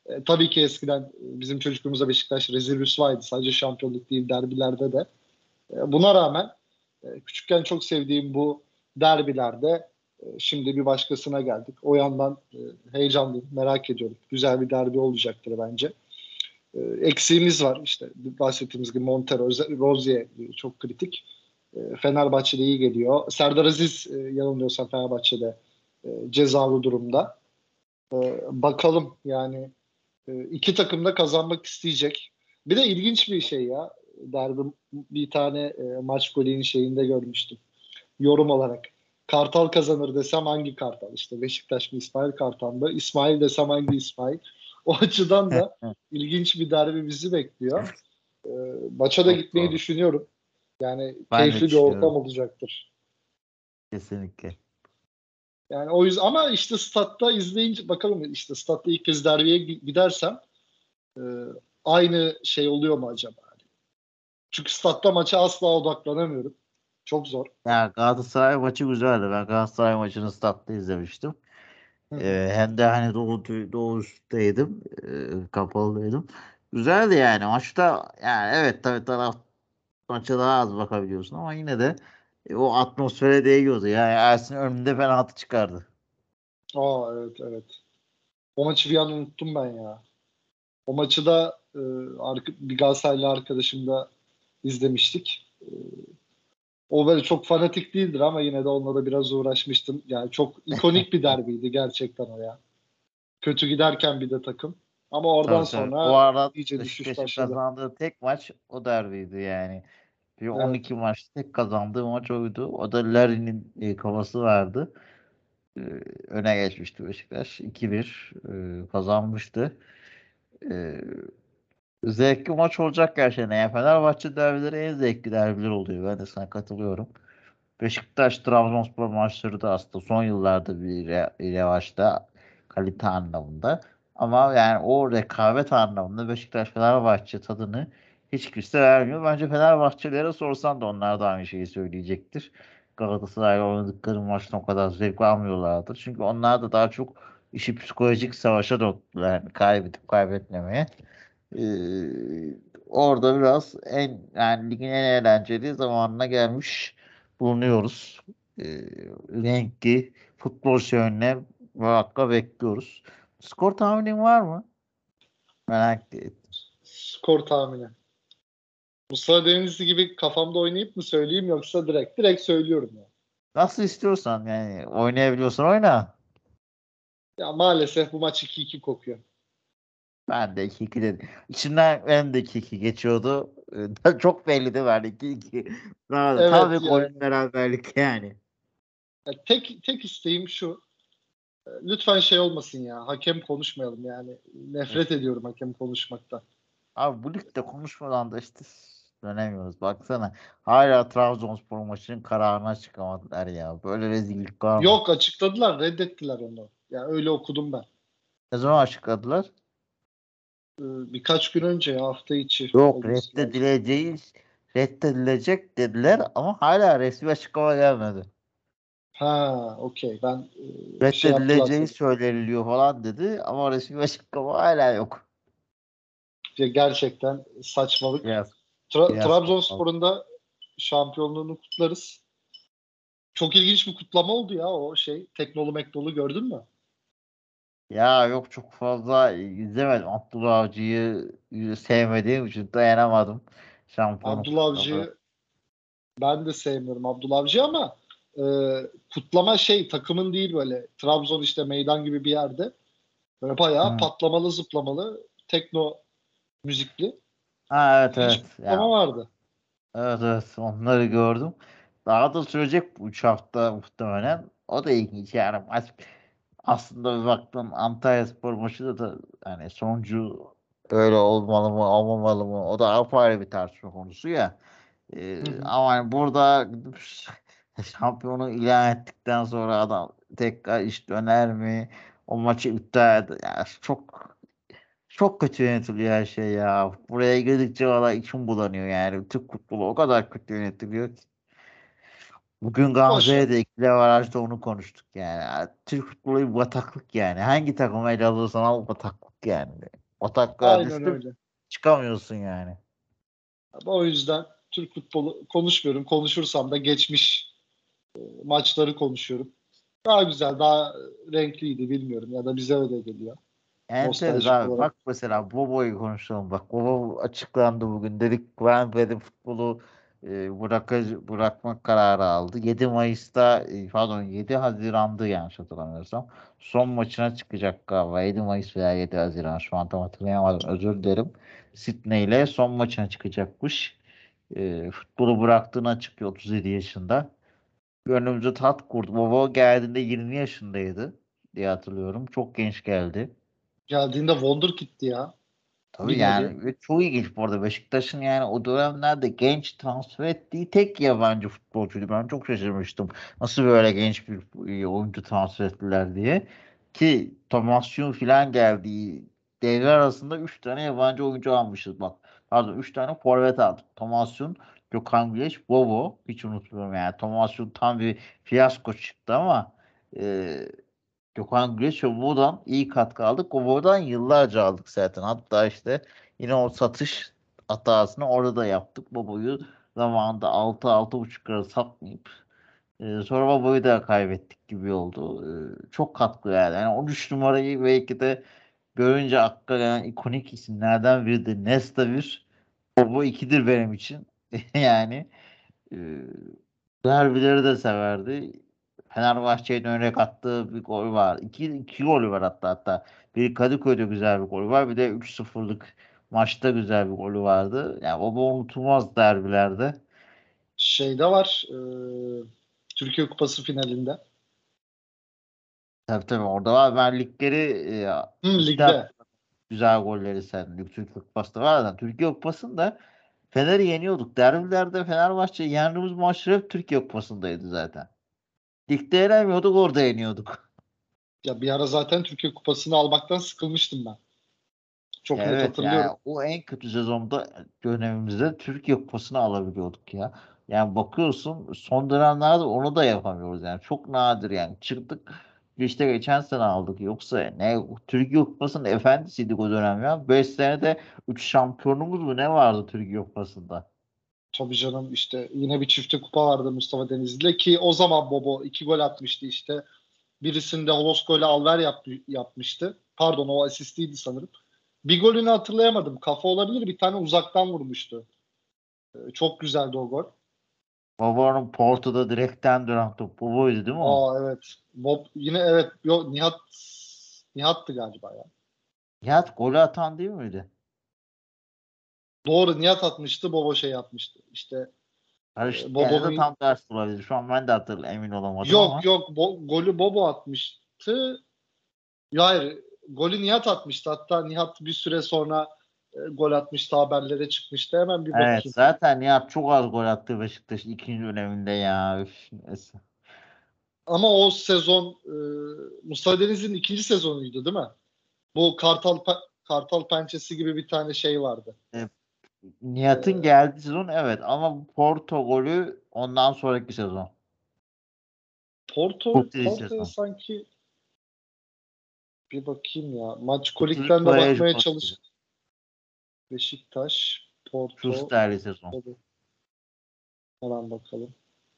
Tabii ki eskiden bizim çocukluğumuzda Beşiktaş rezil rüsvaydı. Sadece şampiyonluk değil, derbilerde de. Buna rağmen küçükken çok sevdiğim bu derbilerde şimdi bir başkasına geldik. O yandan heyecanlıyım, merak ediyorum. Güzel bir derbi olacaktır bence. Eksiğimiz var. İşte bahsettiğimiz gibi Montero, Rozier çok kritik. Fenerbahçe'de iyi geliyor. Serdar Aziz yanılmıyorsam Fenerbahçe'de cezalı durumda. Bakalım yani iki takım da kazanmak isteyecek. Bir de ilginç bir şey ya. Derbi bir tane maç golünün şeyinde görmüştüm. Yorum olarak. Kartal kazanır desem hangi Kartal? İşte Beşiktaş mı İsmail Kartal mı? İsmail desem hangi İsmail? O açıdan da ilginç bir derbi bizi bekliyor. E, Maça da Çok gitmeyi doğru. düşünüyorum. Yani Ben de keyifli bir ortam düşünüyorum. olacaktır. Kesinlikle. Yani o yüzden ama işte statta izleyince bakalım işte statta ilk kez derbiye gidersem e, aynı şey oluyor mu acaba? Çünkü statta maça asla odaklanamıyorum. Çok zor. Ya Galatasaray maçı güzeldi. Ben Galatasaray maçını statta izlemiştim. Hı hı. Hem de hani doğu üstteydim. Kapalıdaydım. Güzeldi yani. Maçta yani evet tabii maça daha az bakabiliyorsun ama yine de o atmosfere değiyordu. Yani Ersin önünde penaltı çıkardı. Aa, evet, evet. O maçı bir an unuttum ben ya. O maçı da bir Galatasaraylı arkadaşımla izlemiştik. O böyle çok fanatik değildir ama yine de onunla da biraz uğraşmıştım. Yani çok ikonik bir derbiydi gerçekten o ya. Kötü giderken bir de takım. Ama oradan Tabii tabii. O sonra arada iyice düşüş Beşiktaş'ın başladı. kazandığı tek maç o derbiydi yani. Bir Evet. 12 maçta tek kazandığı maç oydu. O da Larin'in kafası vardı. E, Öne geçmişti Beşiktaş. 2-1 kazanmıştı. E, Zevkli maç olacak gerçekten. Yani Fenerbahçe derbileri en zevkli derbiler oluyor. Ben de sana katılıyorum. Beşiktaş-Trabzonspor maçları da aslında son yıllarda bir revaçta kalite anlamında. Ama yani o rekabet anlamında Beşiktaş-Fenerbahçe tadını hiç kimse vermiyor. Bence Fenerbahçelilere sorsan da onlar da aynı şeyi söyleyecektir. Galatasaray'la oynadıkları maçta o kadar zevk almıyorlardır. Çünkü onlar da daha çok işi psikolojik savaşa döktüler. Yani kaybedip kaybetmemeye. Orada biraz yani ligin en eğlenceli zamanına gelmiş bulunuyoruz. Ee, Renkli futbol şöyle merakla bekliyoruz. Skor tahminin var mı? Merak ettim. Skor tahmini. Mustafa Denizli gibi kafamda oynayıp mı söyleyeyim yoksa direkt söylüyorum ya. Nasıl istiyorsan yani oynayabiliyorsan oyna. Ya maalesef bu maç 2-2 kokuyor. Ben de 2-2 dedim. İçimden benim de 2-2 geçiyordu. Çok belli değil mi? Yani 2-2. Tam Evet bir ya, oyun beraberlik yani. tek isteğim şu. Lütfen şey olmasın ya. Hakem konuşmayalım yani. Nefret ediyorum hakem konuşmaktan. Abi bu ligde konuşmadan da işte dönemiyoruz. Baksana hala Trabzonspor maçının kararına çıkamadılar ya. Böyle rezillik var mı? Yok, açıkladılar, reddettiler onu. Yani öyle okudum ben. Ne zaman açıkladılar? Birkaç gün önce ya, hafta içi Yok olması lazım. reddedilecek dediler ama hala resmi açıklama gelmedi. Ha, okey. Ben şey yaptılar Reddedileceği sanırım. söyleniliyor falan dedi ama resmi açıklama hala yok. Ya, gerçekten saçmalık. Biraz biraz kapalı. Trabzonspor'un da şampiyonluğunu kutlarız. Çok ilginç bir kutlama oldu ya o şey. Teknolu Meknolu gördün mü? Ya yok çok fazla izlemedim. Abdullah Avcı'yı sevmediğim için dayanamadım. Şampiyonluk Abdullah kutladı. Avcı'yı ben de sevmiyorum, Abdullah Avcı, ama e, kutlama şey takımın değil, böyle Trabzon işte meydan gibi bir yerde. Böyle bayağı Hı. patlamalı zıplamalı tekno müzikli. Ha, evet İlginç evet. bir kutlama Ya vardı. evet evet onları gördüm. Daha da sürecek bu 3 hafta muhtemelen. O da ilginç yani maç aslında bir baktım Antalyaspor maçı da hani sonucu öyle olmalı mı olmamalı mı o da apayrı bir tartışma konusu ya. Hı hı. Ama hani burada gidip şampiyonu ilan ettikten sonra adam tekrar iş döner mi? O maçı iptal eder. Ya çok kötü yönetiliyor her şey ya. Buraya geldikçe valla içim bulanıyor yani. Türk futbolu o kadar kötü yönetiliyor ki. Bugün Boş ver. Gamze'ye de ikili avarajda onu konuştuk yani. Türk futbolu bir bataklık yani. Hangi takımı ele alırsan al bataklık. yani. Ataklar Aynen düştü öyle. çıkamıyorsun yani. Ama o yüzden Türk futbolu konuşmuyorum. Konuşursam da geçmiş maçları konuşuyorum. Daha güzel, daha renkliydi bilmiyorum ya da bize öyle geliyor. Enteriz Nostaljik abi. olarak. Bak mesela Bobo'yu konuşalım. Bak Bobo açıklandı bugün. Dedik ben dedim futbolu bırakmak kararı aldı. 7 Mayıs'ta pardon 7 Haziran'dı yanlış hatırlamıyorsam. Son maçına çıkacak galiba. 7 Mayıs veya 7 Haziran şu an tam hatırlayamadım. Özür dilerim. Sydney ile son maçına çıkacakmış. Futbolu bıraktığını açıklıyor 37 yaşında. Önümüze tat kurdu. Bobo geldiğinde 20 yaşındaydı diye hatırlıyorum. Çok genç geldi. Geldiğinde Wonderkid'ti ya. Tabii Bir nevi. yani ve çok ilginç bu arada Beşiktaş'ın yani o dönemlerde genç transfer ettiği tek yabancı futbolcuydu. Ben çok şaşırmıştım. Nasıl böyle genç bir oyuncu transfer ettiler diye. Ki Tomasyon falan geldiği devre arasında 3 tane yabancı oyuncu almışız bak. Pardon 3 tane forvet aldık. Tomasyon, Gökhan Güneş, Bobo. Hiç unutmuyorum yani. Tomasyon tam bir fiyasko çıktı ama Gökhan Güneş ve buradan iyi katkı aldık. O buradan yıllarca aldık zaten. Hatta işte yine o satış hatasını orada da yaptık. Babayı zamanında 6-6,5 lira satmayıp sonra babayı da kaybettik gibi oldu. Çok katkı verdi. Yani 13 numarayı belki de görünce akla gelen ikonik isimlerden biridir. Nesta bir, Baba 2'dir benim için. Yani e, derbileri de severdi. Fenerbahçe'nin örnek attığı bir gol var. İki golü var hatta. Bir Kadıköy'de güzel bir gol var. Bir de 3-0'lık maçta güzel bir golü vardı. Yani baba unutulmaz derbilerde. Şeyde var. Türkiye Kupası finalinde. Tabii orada var. Ben ligleri ligde Ligde. güzel golleri sen. Türkiye Kupası'nda var da. Türkiye Kupası'nda Fener'i yeniyorduk. Derbilerde Fenerbahçe yendiğimiz maçlar hep Türkiye Kupası'ndaydı zaten. Ligde yenemiyorduk orada yeniyorduk. Ya bir ara zaten Türkiye Kupası'nı almaktan sıkılmıştım ben. Çok Ya net evet hatırlıyorum. yani o en kötü sezonda dönemimizde Türkiye Kupası'nı alabiliyorduk ya. Yani bakıyorsun son dönemlerde onu da yapamıyoruz yani. Çok nadir yani. Çıktık işte geçen sene aldık. Yoksa ne Türkiye Kupası'nın efendisiydik o dönem ya. 5 senede 3 şampiyonumuz mu ne vardı Türkiye Kupası'nda? Tabii canım işte yine bir çifte kupa vardı Mustafa Denizli'yle ki o zaman Bobo 2 gol atmıştı işte. Birisinde Holosko'yla Alver yapmıştı. Pardon o asistiydi sanırım. Bir golünü hatırlayamadım. Kafa olabilir bir tane uzaktan vurmuştu. Çok güzeldi o gol. Babanın Porto'da direkten dönen top. Bu buydu değil mi o? Aa evet. Bob yine evet. Nihat'tı galiba ya. Nihat golü atan değil miydi? Doğru Nihat atmıştı. Bobo şey yapmıştı. İşte Ya da Bobo'nun tam tersi olabilir. Şu an ben de emin olamadım yok ama. yok golü Bobo atmıştı. Ya hayır. Golü Nihat atmıştı. Hatta Nihat bir süre sonra gol atmıştı haberlere çıkmıştı. Hemen bir Evet bakayım. zaten Nihat çok az gol attı Beşiktaş'ın ikinci döneminde ya. Üf, neyse. Ama o sezon Mustafa Denizli'nin ikinci sezonuydu değil mi? Bu Kartal Pençesi gibi bir tane şey vardı. E, E, Nihat'ın geldiği sezon evet ama bu Porto golü ondan sonraki sezon. Kurtili Porto'ya sezon. sanki bir bakayım ya. Maç Kurtili Kolik'ten de bakmaya Quaresma'sı. çalış. Beşiktaş, Porto, Schuster'li sezon. Bobo. Hemen bakalım.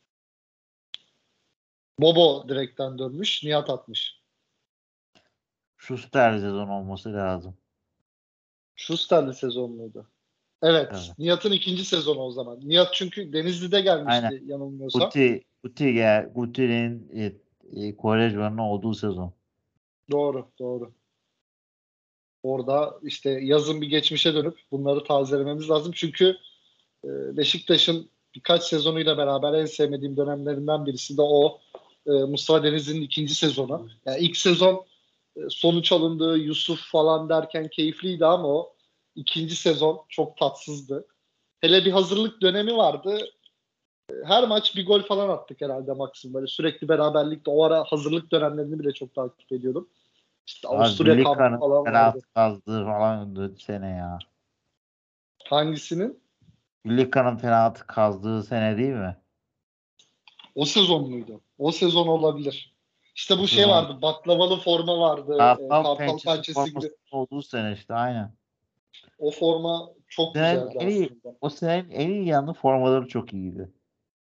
Bobo direkten dönmüş. Nihat atmış. Schuster'li sezon olması lazım. Schuster'li sezon muydu? Evet. Evet. Nihat'ın ikinci sezonu o zaman. Nihat çünkü Denizli'de Aynen. gelmişti yanılmıyorsam. Guti'nin Quaresma'nın olduğu sezon. Doğru, doğru. Orada işte yazın bir geçmişe dönüp bunları tazelememiz lazım. Çünkü Beşiktaş'ın birkaç sezonuyla beraber en sevmediğim dönemlerinden birisi de o. Mustafa Denizli'nin ikinci sezonu. Yani ilk sezon sonuç alındığı Yusuf falan derken keyifliydi ama o ikinci sezon çok tatsızdı. Hele bir hazırlık dönemi vardı. Her maç bir gol falan attık herhalde maksimum. Böyle sürekli beraberlikte o ara hazırlık dönemlerini bile çok takip ediyordum. İşte Abi Avusturya kampı Bilika'nın falan vardı. penaltı kazdığı falan sene ya. Hangisinin? Bilika'nın penaltı kazdığı sene değil mi? O sezon muydu? O sezon olabilir. İşte bu O şey sezon vardı. Baklavalı forma vardı. Kartal Kartal pençesi pençesi gibi. forması olduğu sene işte aynen. O forma çok Senenin güzeldi en iyi, aslında. o senenin en iyi yanı formaları çok iyiydi.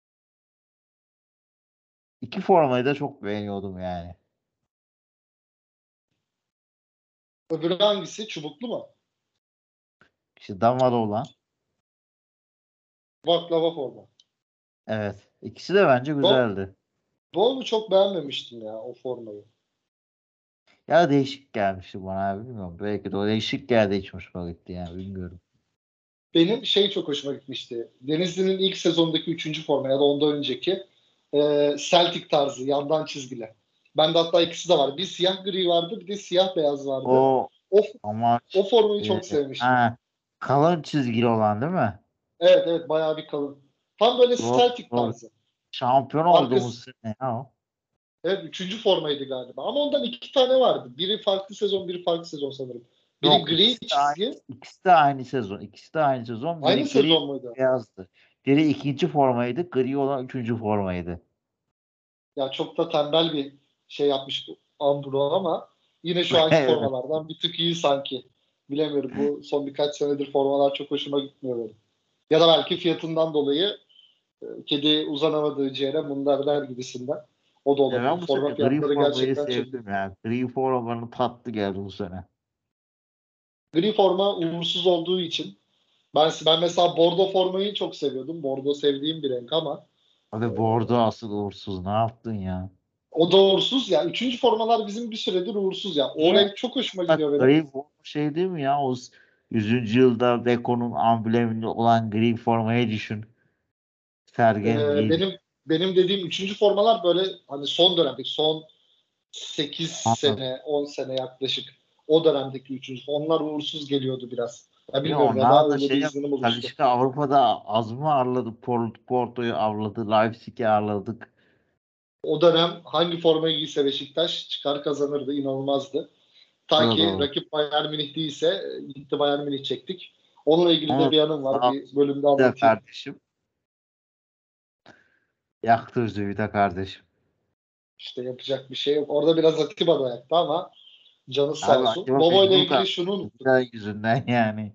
İki formayı da çok beğeniyordum yani. Öbürü hangisi? Çubuklu mu? İşte damalı olan. Baklava forma. Evet. İkisi de bence Bu, güzeldi. bu çok beğenmemiştim ya o formayı. Ya değişik gelmişti bana abi, bilmiyorum. Belki de o değişik geldi, hiç hoşuma gitti yani, bilmiyorum. Benim şey çok hoşuma gitmişti. Denizli'nin ilk sezondaki 3. forma ya da ondan önceki Celtic tarzı yandan çizgili. Bende hatta ikisi de var. Bir siyah gri vardı, bir de siyah beyaz vardı. O O, amaç o formayı çok sevmiştim. kalın çizgili olan değil mi? Evet evet bayağı bir kalın. Tam böyle Doğru, Celtic doğru. tarzı. Şampiyon Arkası olduğumuz sene ya o. evet 3. formaydı galiba. Ama ondan 2 tane vardı. Biri farklı sezon, biri farklı sezon sanırım. Biri Yok, gri çizgi. ikisi de aynı sezon. İkisi de aynı sezon. Aynı Biri gri, sezon muydu? beyazdı. Biri ikinci formaydı. Gri olan üçüncü formaydı. Ya çok da tembel bir şey yapmış bu Ambro ama yine şu anki Evet. formalardan bir tık iyi sanki. Bilemiyorum. Bu son birkaç senedir formalar çok hoşuma gitmiyor benim. Ya da belki fiyatından dolayı kedi uzanamadığı ciğere bunlar der gibisinden. O da Ya olabilir. ben bu Forma sene gri fiyatları formayı gerçekten çok iyi. sevdim ya. Gri formanın tatlı geldi bu sene. Gri forma uğursuz olduğu için ben mesela bordo formayı çok seviyordum. Bordo sevdiğim bir renk ama Abi bordo asıl uğursuz. Ne yaptın ya? o da uğursuz ya. 3. formalar bizim bir süredir uğursuz ya. O Niye? renk çok hoşuma gidiyor Bak, benim. gri forma şey değil mi ya? O 100. yılda Beko'nun ambleminde olan gri formayı düşün. Sergen giydi. Benim dediğim 3. formalar böyle hani son dönemdeki son 8 Anladım. sene 10 sene yaklaşık o dönemdeki 3. Onlar uğursuz geliyordu biraz. Ya Ya bilmiyorum ya da onlar da öyle bir şey izlenim yaptı. oluştu. Talişka Avrupa'da az mı ağırladı? Porto'yu ağırladı. Leipzig'i ağırladık. O dönem hangi formayı giyse Beşiktaş çıkar kazanırdı. İnanılmazdı. O Ta da ki doğru. rakip Bayern Münih değilse gitti Bayern Münih çektik. Onunla ilgili de Ama bir anım var. sağ Bir bölümde bir de anlatayım. kardeşim. Yaktı bizi bir de kardeşim. İşte yapacak bir şey yok. Orada biraz Atiba da yaktı ama canı sağ Abi olsun. acaba Bobo ile mecbur ilgili kaldık. şunu unuttuk. Bizden yüzünden yani.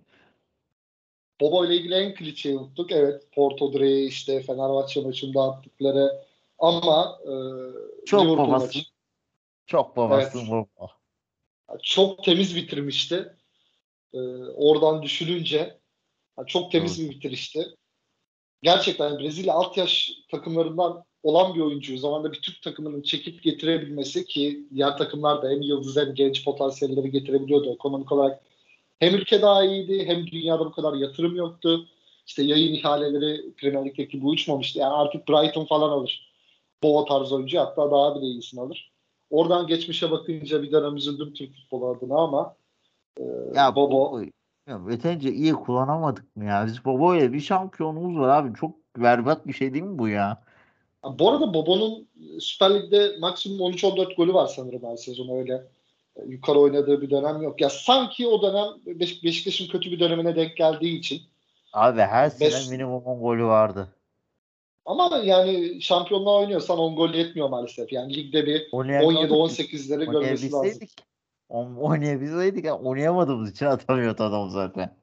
Bobo ile ilgili en klişeyi unuttuk. Evet Porto Direği işte Fenerbahçe maçında attıkları ama Çok Liverpool babası. maçı. Çok babası Evet. baba. Çok temiz bitirmişti. Oradan düşününce çok temiz Doğru. bir bitirişti. Gerçekten Brezilya alt yaş takımlarından olan bir oyuncuyu zamanda bir Türk takımının çekip getirebilmesi ki diğer takımlar da hem yıldız hem genç potansiyelleri getirebiliyordu. Ekonomik olarak hem ülke daha iyiydi hem dünyada bu kadar yatırım yoktu. İşte yayın ihaleleri Premier Lig'deki bu uçmamıştı. Yani artık Brighton falan alır. Boğa tarzı oyuncu hatta daha bile iyisini alır. Oradan geçmişe bakınca bir dönem üzüldüm Türk futbolu adına ama e, Ya Bobo Bobo, ya yeterince iyi kullanamadık mı ya? Biz Bobo ile bir şampiyonumuz var abi. Çok berbat bir şey değil mi bu ya? bu arada Bobo'nun Süper Lig'de maksimum 13-14 golü var sanırım her sezon öyle. Yukarı oynadığı bir dönem yok. Ya sanki o dönem Beşiktaş'ın kötü bir dönemine denk geldiği için Abi her sene bes minimum 10 golü vardı. ama yani şampiyonluğa oynuyorsan 10 gol yetmiyor maalesef. Yani ligde bir Oynayamıyorduk ki. 17-18'leri görmesi lazım. Oynayabilseydik. Oynayabilseydik ya, oynayamadığımız için atamıyordu adam zaten.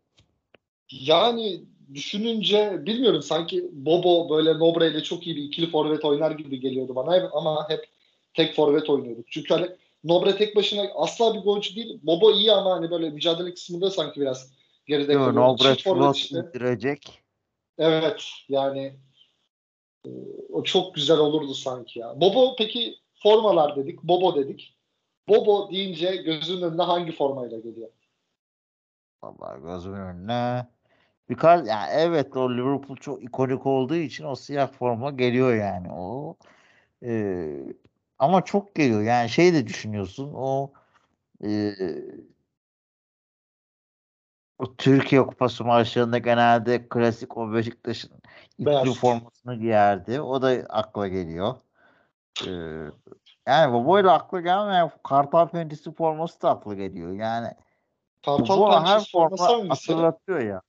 Yani düşününce bilmiyorum sanki Bobo böyle Nobre ile çok iyi bir ikili forvet oynar gibi geliyordu bana ama hep tek forvet oynuyorduk. Çünkü hani Nobre tek başına asla bir golcü değil. Bobo iyi ama hani böyle mücadele kısmında sanki biraz geride Değil mi? kalıyordu. Nobre Çift forvet Float işte. indirecek. Evet yani o çok güzel olurdu sanki ya. Bobo peki formalar dedik. Bobo dedik. Bobo deyince gözünün önüne hangi formayla geliyor? Vallahi gözümün önüne. Birkaç yani, evet, o Liverpool çok ikonik olduğu için o siyah forma geliyor yani, o. Ee, ama çok geliyor. Yani şey de düşünüyorsun, e, o Türkiye Kupası maçlarında genelde klasik o Beşiktaş'ın ipli Beyaz. formasını giyerdi. O da akla geliyor. Ee, yani Bobo'yla akla gelmeyen Kartal Pençesi forması da akla geliyor. Yani Kartal Bobo her pençesi forması forma hangisi? hatırlatıyor ya.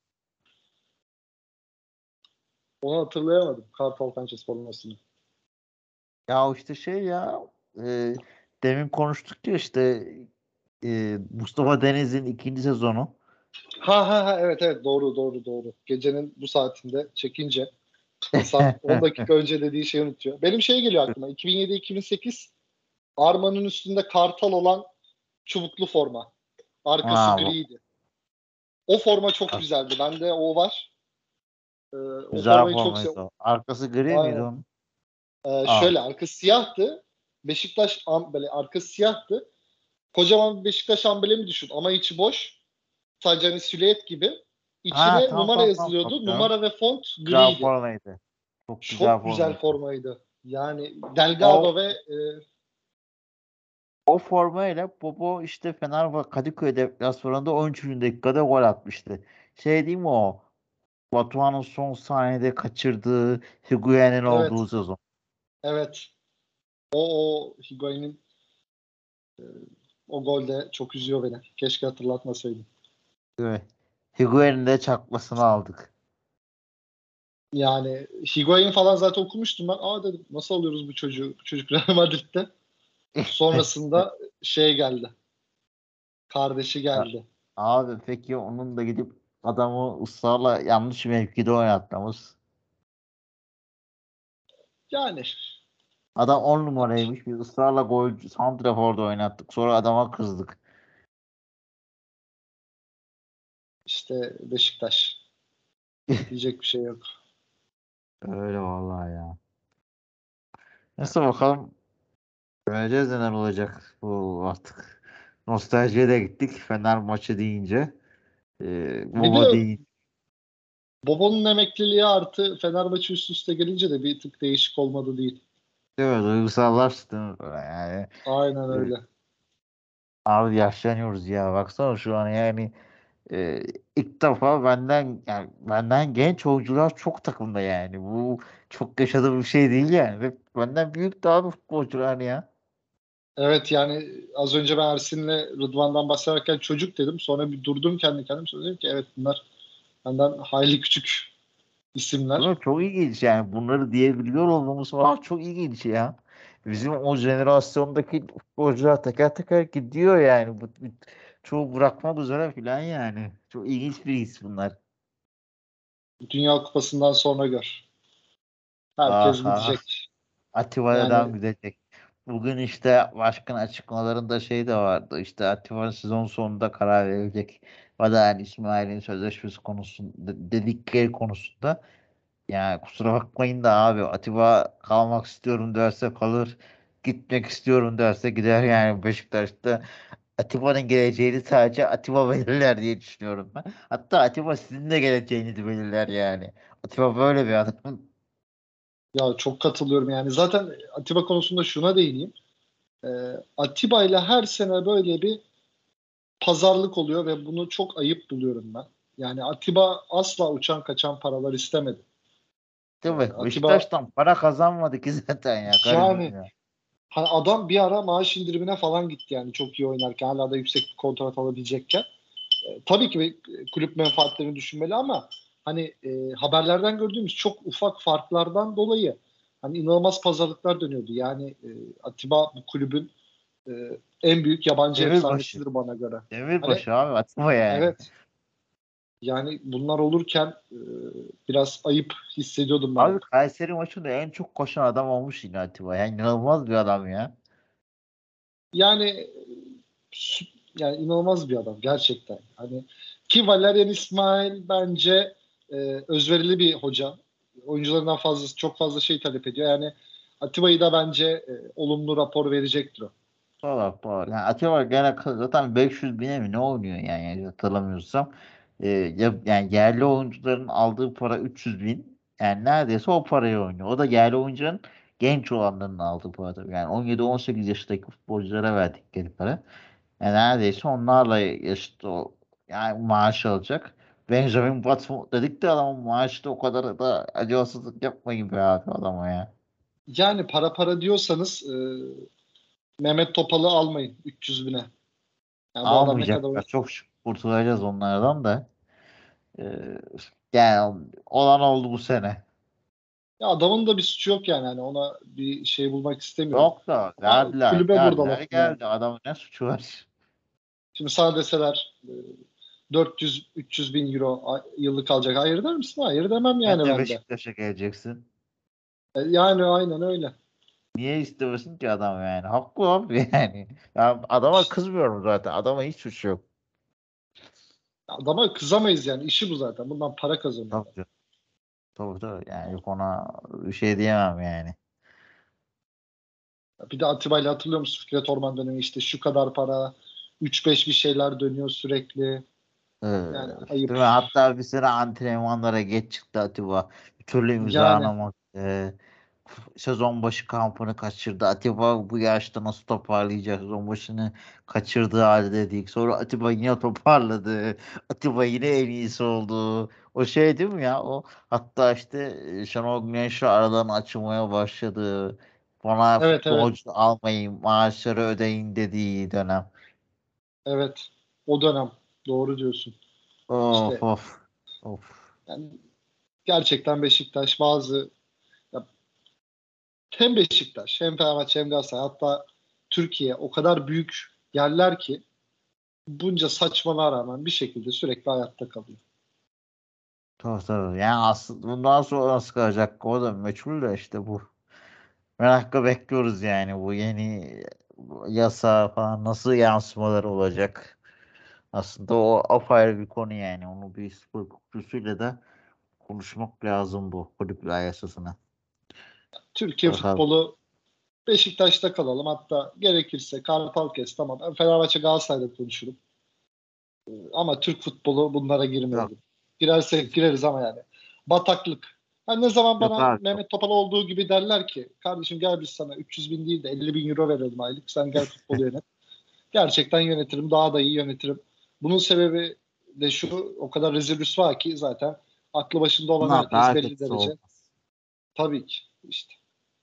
Onu hatırlayamadım. Kartal pençesi formasını. Ya işte şey ya. demin konuştuk ya işte Mustafa Deniz'in ikinci sezonu. Ha, evet evet, doğru. Gecenin bu saatinde çekince insan 10 dakika önce dediği şeyi unutuyor. Benim şey geliyor aklıma. 2007-2008 Arma'nın üstünde kartal olan çubuklu forma. Arkası Ha, griydi. O forma çok güzeldi. Bende o var. O güzel formayı çok formaydı seviyorum. o. Arkası gri miydi Aynen. onun? Aa, Şöyle arkası siyahtı. Böyle arkası siyahtı. Kocaman bir Beşiktaş amblemi düşün ama içi boş. Sadece hani silüet gibi. ha, İçine tamam numara tamam tamam yazılıyordu. hatırlıyorum. Numara ve font Güzel griydi. formaydı. Çok güzel Çok güzel formaydı. formaydı. Yani O Delgado ve o formayla Bobo işte Fenerbahçe Kadıköy deplasmanında 13. dakikada gol atmıştı. Şey değil mi o? Batuhan'ın son saniyede kaçırdığı Higuain'in olduğu evet, sezon. evet. O Higuain'in e, o gol de çok üzüyor beni. Keşke hatırlatmasaydım. Değil mi? Higuain'in de çakmasını aldık. Yani Higuain falan zaten okumuştum ben. Aa dedim, nasıl alıyoruz bu çocuğu? Bu çocuk Real Madrid'de. Sonrasında şey geldi. Kardeşi geldi. Abi peki onun da gidip adamı ısrarla yanlış mevkide oynatmamız. Yani Adam 10 numaraymış. Biz ısrarla golcü santraforda oynattık. Sonra adama kızdık. işte Beşiktaş. Diyecek bir şey yok. Öyle vallahi ya. Neyse bakalım. Göreceğiz neler olacak bu artık. Nostaljiye de gittik. Fener maçı deyince. Bir de Baba değil. Bobo'nun emekliliği artı Fenerbahçe üst üste gelince de bir tık değişik olmadı değil. Değil mi? Duygusallaştın. Yani, Aynen e, öyle. abi yaşlanıyoruz ya. Baksana şu an yani e, ilk defa benden genç oyuncular çok takımda yani. Bu çok yaşadığım bir şey değil yani. Ve benden büyük daha bir futbolcular ya. Evet yani az önce ben Ersin'le Rıdvan'dan bahsederken çocuk dedim. Sonra bir durdum kendi kendime. Sonra dedim ki evet, bunlar benden hayli küçük Değil mi? isimler. Çok ilginç yani. Bunları diyebiliyor olmamız falan çok ilginç ya. Bizim o jenerasyondaki futbolcular teker teker gidiyor yani. Çoğu bırakmak üzere falan yani. Çok ilginç bir his bunlar. Dünya Kupası'ndan sonra gör. Herkes Aha. gidecek. Atiba'dan Yani gidecek. Bugün işte başkan açıklamalarında şey de vardı. İşte Atiba sezon sonunda karar verilecek. Vadahan İsmail'in sözleşmesi konusunda dedikleri konusunda. Yani kusura bakmayın da abi Atiba kalmak istiyorum derse kalır. Gitmek istiyorum derse gider yani Beşiktaş'ta. Atiba'nın geleceğini sadece Atiba belirler diye düşünüyorum ben. Hatta Atiba sizin de geleceğinizi belirler yani. Atiba böyle bir adam. ya çok katılıyorum yani. Zaten Atiba konusunda şuna değineyim. Ee, Atiba ile her sene böyle bir pazarlık oluyor ve bunu çok ayıp buluyorum ben. Yani Atiba asla uçan kaçan paralar istemedi. Değil mi? Atiba Beşiktaş'tan para kazanmadı ki zaten ya garibim yani ya. hani adam bir ara maaş indirimine falan gitti yani çok iyi oynarken, hala da yüksek bir kontrat alabilecekken. Tabii ki kulüp menfaatlerini düşünmeli ama hani haberlerden gördüğümüz çok ufak farklardan dolayı hani inanılmaz pazarlıklar dönüyordu. Yani Atiba bu kulübün e, en büyük yabancı Demirbaşı. efsanesidir bana göre. Hani Demirbaşı abi Atiba yani. evet, yani bunlar olurken biraz ayıp hissediyordum ben Abi onu. Kayseri maçında en çok koşan adam olmuş yine Atiba. Yani inanılmaz bir adam ya. Yani sü- yani inanılmaz bir adam gerçekten. Hani ki Valerian İsmail bence e, özverili bir hoca. Oyuncularından fazla, çok fazla şey talep ediyor. Yani Atiba'yı da bence olumlu rapor verecektir o. Doğru doğru. Yani Atiba gene zaten 500 bine mi ne oynuyor yani, yanlış hatırlamıyorsam. Yani yerli oyuncuların aldığı para 300 bin. Yani neredeyse o parayı oynuyor. O da yerli oyuncuların genç olanların aldığı para tabii. Yani 17-18 yaşındaki futbolculara verdikleri para. Yani neredeyse onlarla yaşıt o yani maaş alacak. Benjamin Button dedik de adamın maaşı da o kadar da acımasızlık yapmayın be abi adama ya. Yani para diyorsanız Mehmet Topal'ı almayın 300 bine. Yani bu adam ne kadar Almayacaklar. Çok şükür kurtulacağız onlardan da. Ee, Yani olan oldu bu sene. Ya adamın da bir suçu yok yani. Hani ona bir şey bulmak istemiyorum. Yok da Ama verdiler, kulübe burada verdiler lafım yani. geldi. Adamın ne suçu var? Şimdi sana deseler 400-300 bin euro yıllık alacak. Hayır der misin? Hayır demem Sen yani de ben de. Beşiktaş'a geleceksin. Yani aynen öyle. Niye istemesin ki adam yani? Haklı abi yani. Ya adama kızmıyorum zaten. Adama hiç suçu yok. Adama kızamayız yani. İşi bu zaten. Bundan para kazanıyor Tabii adam. canım. Tabii tabii. Yani yok ona bir şey diyemem yani. Bir de Atiba'yla hatırlıyor musun? Fikret Orman dönemi işte şu kadar para, 3-5 bir şeyler dönüyor sürekli. Ee, Yani ayıp. Değil mi? Hatta bir sıra antrenmanlara geç çıktı Atiba. Bir türlü Yani imzalamak. Sezon başı kampını kaçırdı. Atiba bu yaşta nasıl toparlayacak? Sezon başını kaçırdığı halde dedik. Sonra Atiba yine toparladı. Atiba yine en iyisi oldu. O şey değil mi ya? O hatta işte Şenol Güneş'le aralarını açılmaya başladı. Bana evet, evet, futbolcu almayın, maaşları ödeyin dediği dönem. evet. O dönem. Doğru diyorsun. Of İşte of. Of. yani gerçekten Beşiktaş bazı ya hem Beşiktaş hem Fenerbahçe hem Galatasaray hatta Türkiye o kadar büyük yerler ki bunca saçmalığa rağmen bir şekilde sürekli hayatta kalıyor. Tabii tabii. Yani aslında bundan sonra nasıl kalacak o da meçhul de işte bu. Merakla bekliyoruz yani bu yeni yasa falan nasıl yansımalar olacak. Aslında o apayrı bir konu yani. Onu bir spor hukukçusuyla da konuşmak lazım bu kulüpler yasasına. Türkiye Bakalım. futbolu Beşiktaş'ta kalalım. Hatta gerekirse Kartal kes tamam. Ben Fenerbahçe Galatasaray'da konuşurum. Ama Türk futbolu bunlara Yok, girmeyelim. Girersek gireriz ama yani. Bataklık. Yani ne zaman yok bana abi yok. Mehmet Topal olduğu gibi derler ki kardeşim gel biz sana 300 bin değil de 50 bin euro verelim aylık. Sen gel futbolu yönet. Gerçekten yönetirim. Daha da iyi yönetirim. Bunun sebebi de şu o kadar rezil rüsva ki zaten aklı başında olan Bundan herkes daha belli kötüsü derece. olmaz. Tabii ki işte.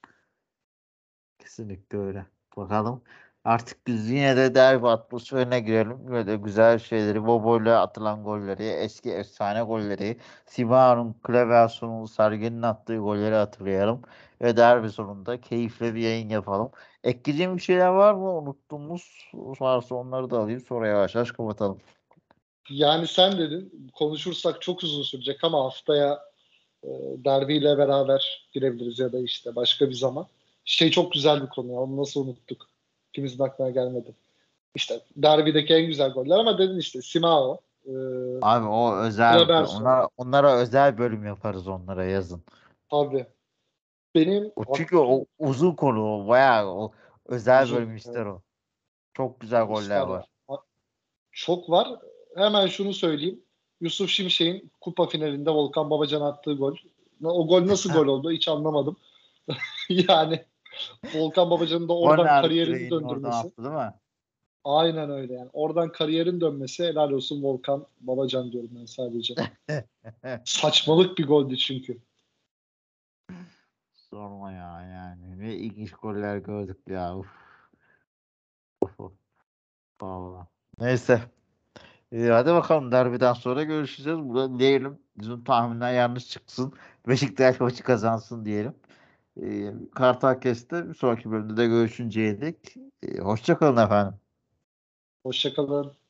Kesinlikle öyle. Bakalım. Artık biz yine de derbi atmosferine girelim. Yine de güzel şeyleri, Bobo'yla atılan golleri, eski efsane golleri, Simao'nun Cleverson'un Sergen'in attığı golleri hatırlayalım. Ve derbi sonunda keyifle bir yayın yapalım. Ekleyeceğim bir şeyler var mı? Unuttuğumuz varsa onları da alayım. Sonra yavaş yavaş kapatalım. Yani sen dedin konuşursak çok uzun sürecek ama haftaya e, derbiyle beraber girebiliriz ya da işte başka bir zaman. Şey çok güzel bir konu ya. Onu nasıl unuttuk? İkimizin aklına gelmedi. İşte derbideki en güzel goller ama dedin işte Simao, Abi o özel, Kleberson. onlara özel bölüm yaparız onlara yazın. Tabii. Benim Çünkü o uzun konu o bayağı o özel uzun. bölüm ister Evet, o. Çok güzel goller ister ya. var. Çok var. Hemen şunu söyleyeyim. Yusuf Şimşek'in kupa finalinde Volkan Babacan attığı gol. O gol nasıl gol oldu hiç anlamadım. Yani Volkan Babacan'ın da oradan Korner kariyerini direğinin oradan döndürmesi. attı değil mi? Aynen öyle yani. Oradan kariyerin dönmesi helal olsun Volkan Babacan diyorum ben sadece. Saçmalık bir goldü çünkü. Sorma ya yani. Ne ilginç goller gördük ya. Uf, uf, uf. Vallahi. Neyse. Hadi bakalım derbiden sonra görüşeceğiz. Burada diyelim bizim tahminler yanlış çıksın. Beşiktaş maçı kazansın diyelim. Kartal Kes'te bir sonraki bölümde de görüşünceye dek. Hoşça kalın efendim. Hoşçakalın.